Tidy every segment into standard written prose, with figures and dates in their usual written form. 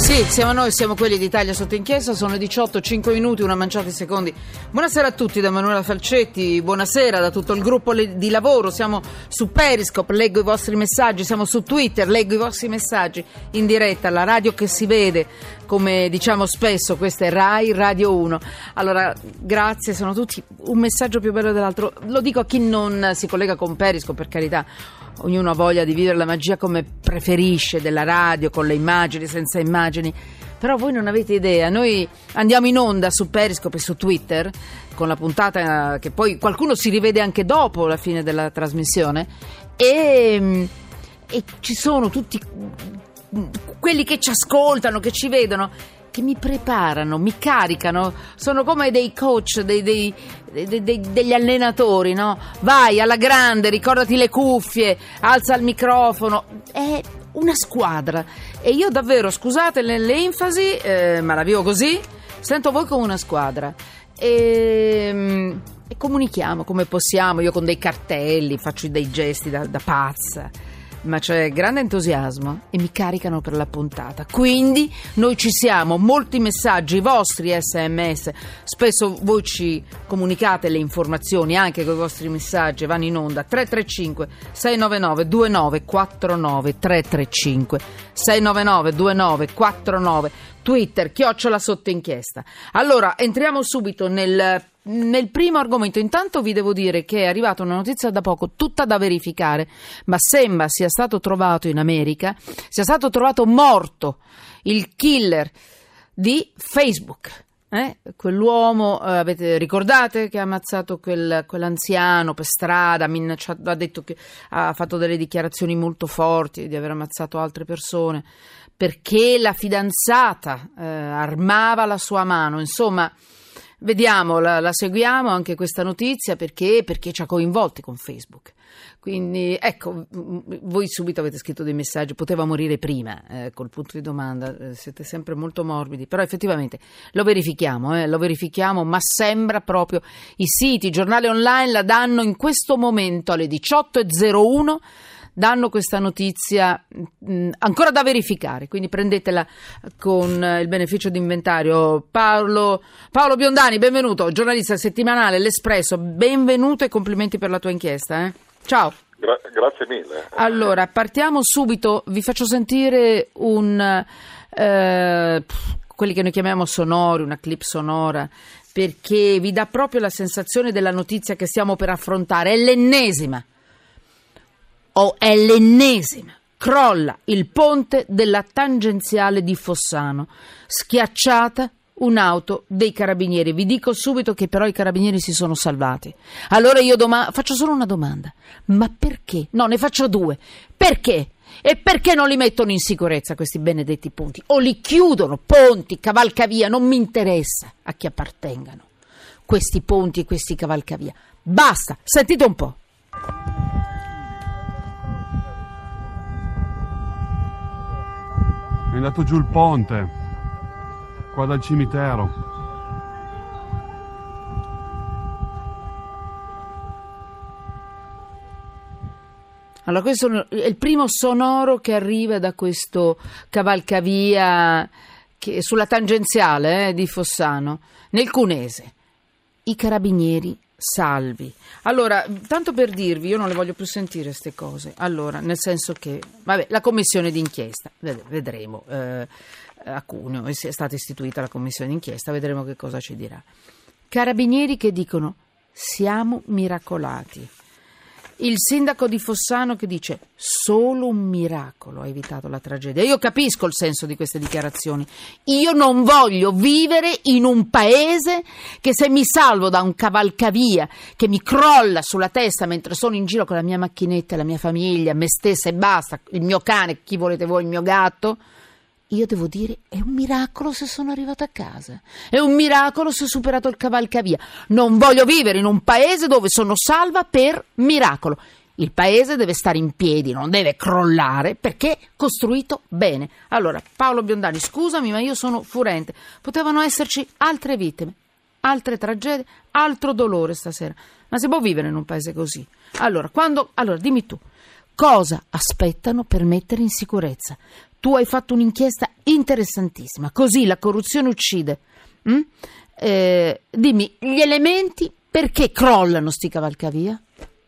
Sì, siamo noi, siamo quelli d'Italia sotto inchiesta, sono le 18, 5 minuti, una manciata di secondi. Buonasera a tutti da Manuela Falcetti, buonasera da tutto il gruppo di lavoro, siamo su Periscope, leggo i vostri messaggi, siamo su Twitter, leggo i vostri messaggi in diretta, la radio che si vede, come diciamo spesso, questa è Rai Radio 1. Allora, grazie, sono tutti un messaggio più bello dell'altro. Lo dico a chi non si collega con Periscope, per carità. Ognuno ha voglia di vivere la magia come preferisce della radio, con le immagini, senza immagini. Però voi non avete idea. Noi andiamo in onda su Periscope e su Twitter con la puntata che poi qualcuno si rivede anche dopo la fine della trasmissione e ci sono tutti quelli che ci ascoltano, che ci vedono, che mi preparano, mi caricano, sono come dei coach, degli allenatori, no? Vai alla grande, ricordati le cuffie, alza il microfono, è una squadra. E io davvero, scusate l'enfasi, ma la vivo così, sento voi come una squadra e comunichiamo come possiamo, io con dei cartelli, faccio dei gesti da pazza. Ma c'è grande entusiasmo e mi caricano per la puntata. Quindi noi ci siamo, molti messaggi, vostri SMS, spesso voi ci comunicate le informazioni anche con i vostri messaggi, vanno in onda 335 699 2949 335 699 2949, Twitter @sottoinchiesta. Allora entriamo subito nel primo argomento. Intanto vi devo dire che è arrivata una notizia da poco, tutta da verificare, ma sembra sia stato trovato in America, sia stato trovato morto il killer di Facebook. Quell'uomo, ricordate che ha ammazzato quell'anziano per strada, ha detto che ha fatto delle dichiarazioni molto forti di aver ammazzato altre persone perché la fidanzata armava la sua mano. Insomma, vediamo, la seguiamo anche questa notizia perché ci ha coinvolti con Facebook. Quindi ecco, voi subito avete scritto dei messaggi, poteva morire prima, col punto di domanda, siete sempre molto morbidi, però effettivamente lo verifichiamo, ma sembra proprio i siti, i giornali online la danno in questo momento alle 18:01. Danno questa notizia ancora da verificare, quindi prendetela con il beneficio di inventario. Paolo Biondani, benvenuto, giornalista settimanale, L'Espresso, benvenuto e complimenti per la tua inchiesta. Ciao. Grazie mille. Allora, partiamo subito, vi faccio sentire quelli che noi chiamiamo sonori, una clip sonora, perché vi dà proprio la sensazione della notizia che stiamo per affrontare, è l'ennesima. Crolla il ponte della tangenziale di Fossano, schiacciata un'auto dei carabinieri. Vi dico subito che però i carabinieri si sono salvati. Allora io faccio solo una domanda: ma perché? No, ne faccio due. Perché? E perché non li mettono in sicurezza questi benedetti ponti? O li chiudono, ponti, cavalcavia, non mi interessa a chi appartengano questi ponti e questi cavalcavia. Basta, sentite un po'. È andato giù il ponte, qua dal cimitero. Allora, questo è il primo sonoro che arriva da questo cavalcavia sulla tangenziale di Fossano, nel Cunese. I carabinieri salvi. Allora, tanto per dirvi, io non le voglio più sentire queste cose. Allora, nel senso che, la commissione d'inchiesta, vedremo, a Cuneo è stata istituita la commissione d'inchiesta, vedremo che cosa ci dirà. Carabinieri che dicono: siamo miracolati. Il sindaco di Fossano che dice: solo un miracolo ha evitato la tragedia. Io capisco il senso di queste dichiarazioni. Io non voglio vivere in un paese che, se mi salvo da un cavalcavia che mi crolla sulla testa mentre sono in giro con la mia macchinetta, la mia famiglia, me stessa e basta, il mio cane, chi volete voi, il mio gatto, io devo dire: è un miracolo se sono arrivata a casa, è un miracolo se ho superato il cavalcavia. Non voglio vivere in un paese dove sono salva per miracolo. Il paese deve stare in piedi, non deve crollare, perché è costruito bene. Allora, Paolo Biondani, scusami, ma io sono furente. Potevano esserci altre vittime, altre tragedie, altro dolore stasera. Ma si può vivere in un paese così? Allora, dimmi tu, cosa aspettano per mettere in sicurezza. Tu hai fatto un'inchiesta interessantissima, così la corruzione uccide. Dimmi, gli elementi perché crollano sti cavalcavia?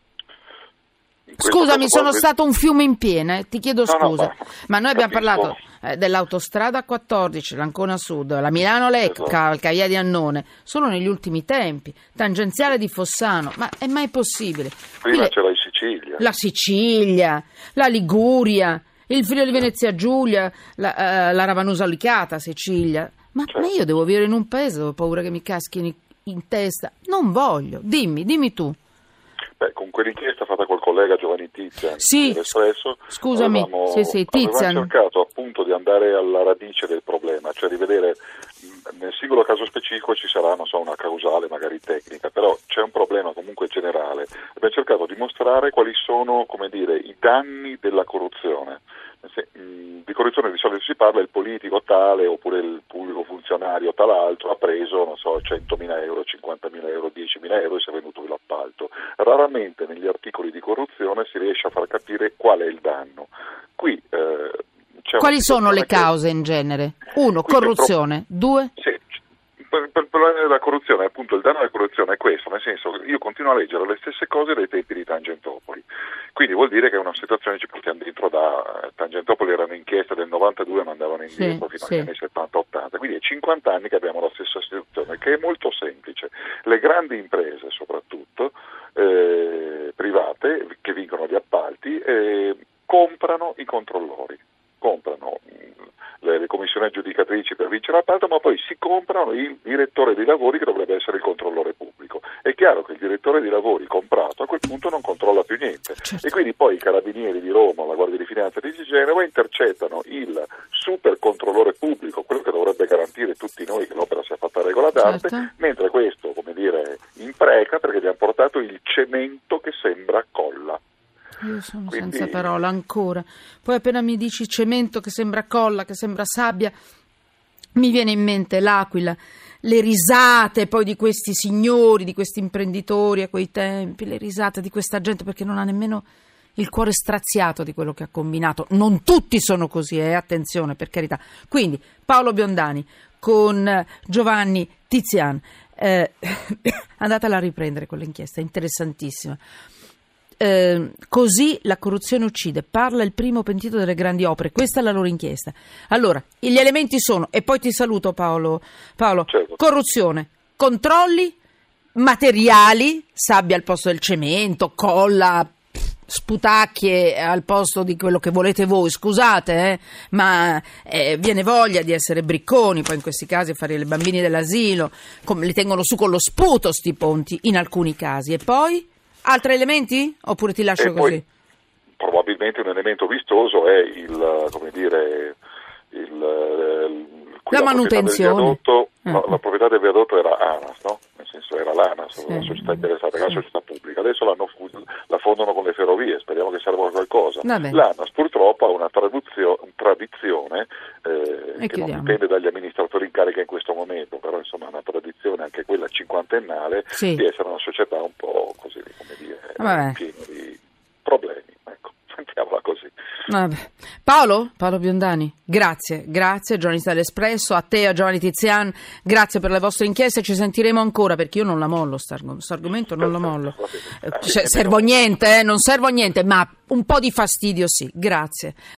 Scusami, sono stato un fiume in piena, ti chiedo scusa, ma noi abbiamo parlato dell'autostrada 14, l'Ancona Sud, la Milano-Lecco, Cavalcavia di Annone, solo negli ultimi tempi, tangenziale di Fossano, ma è mai possibile? Prima c'era la Sicilia. La Sicilia, la Liguria, il Friuli Venezia Giulia, la Ravanusa Licata, Sicilia, ma io devo vivere in un paese dove ho paura che mi caschino in testa, non voglio, dimmi tu. Beh, con quell'inchiesta fatta col collega Giovanni Tizian dell'Espresso, scusami, Tizian, avevamo cercato appunto di andare alla radice del problema, cioè di vedere nel singolo caso specifico ci sarà, non so, una causale magari tecnica, però c'è un problema comunque generale. Abbiamo cercato di mostrare quali sono, come dire, i danni della corruzione. Di corruzione di solito si parla il politico tale oppure il pubblico funzionario tal altro ha preso, non so, 100.000 euro, 50.000 euro, 10.000 euro e si è venuto l'appalto. Raramente negli articoli di corruzione si riesce a far capire qual è il danno. Qui quali sono le cause in genere? 1. Corruzione. 2. Sì. Il problema della corruzione, appunto, il danno della corruzione è questo, nel senso che io continuo a leggere le stesse cose dai tempi di Tangentopoli, quindi vuol dire che è una situazione che ci portiamo dentro da Tangentopoli, erano inchieste del 92, ma andavano indietro fino agli anni 70-80, quindi è 50 anni che abbiamo la stessa situazione, che è molto semplice. Le grandi imprese soprattutto, private, che vincono gli appalti, comprano i controllori, comprano le commissioni aggiudicatrici per vincere l'appalto, ma poi si comprano il direttore dei lavori che dovrebbe essere il controllore pubblico. È chiaro che il direttore dei lavori comprato a quel punto non controlla più niente, e quindi poi i carabinieri di Roma, la Guardia di Finanza di Genova intercettano il super controllore pubblico, quello che dovrebbe garantire tutti noi che l'opera sia fatta a regola d'arte, mentre questo, come dire, impreca perché gli hanno portato il cemento che sembra colla. Io sono senza parola ancora. Poi appena mi dici cemento che sembra colla, che sembra sabbia, mi viene in mente L'Aquila, le risate poi di questi signori, di questi imprenditori a quei tempi, le risate di questa gente perché non ha nemmeno il cuore straziato di quello che ha combinato. Non tutti sono così, attenzione, per carità. Quindi Paolo Biondani con Giovanni Tizian, andatela a riprendere con l'inchiesta, interessantissima. Così la corruzione uccide, parla il primo pentito delle grandi opere, questa è la loro inchiesta. Allora, gli elementi sono, e poi ti saluto Paolo, certo. Corruzione, controlli, materiali, sabbia al posto del cemento, colla, sputacchie al posto di quello che volete voi, scusate, ma viene voglia di essere bricconi, poi in questi casi fare le bambini dell'asilo, li tengono su con lo sputo sti ponti, in alcuni casi, e poi... Altri elementi? Oppure ti lascio così? Probabilmente un elemento vistoso è la manutenzione. La proprietà del viadotto era ANAS, no? Nel senso era l'ANAS, la società interessata, la società pubblica. Adesso la fondono con le ferrovie, speriamo che serva a qualcosa. L'ANAS purtroppo ha una tradizione che non dipende dagli amministratori in carica in questo momento, però insomma una tradizione anche quella cinquantennale di essere una società un po' così, come dire, piena di problemi. Ecco, sentiamola così. Vabbè. Paolo Biondani, grazie, giornalista dell'Espresso, a te, a Giovanni Tizian, grazie per le vostre inchieste, ci sentiremo ancora perché io non la mollo, questo argomento non lo mollo. Non servo a niente, ma un po' di fastidio sì, grazie.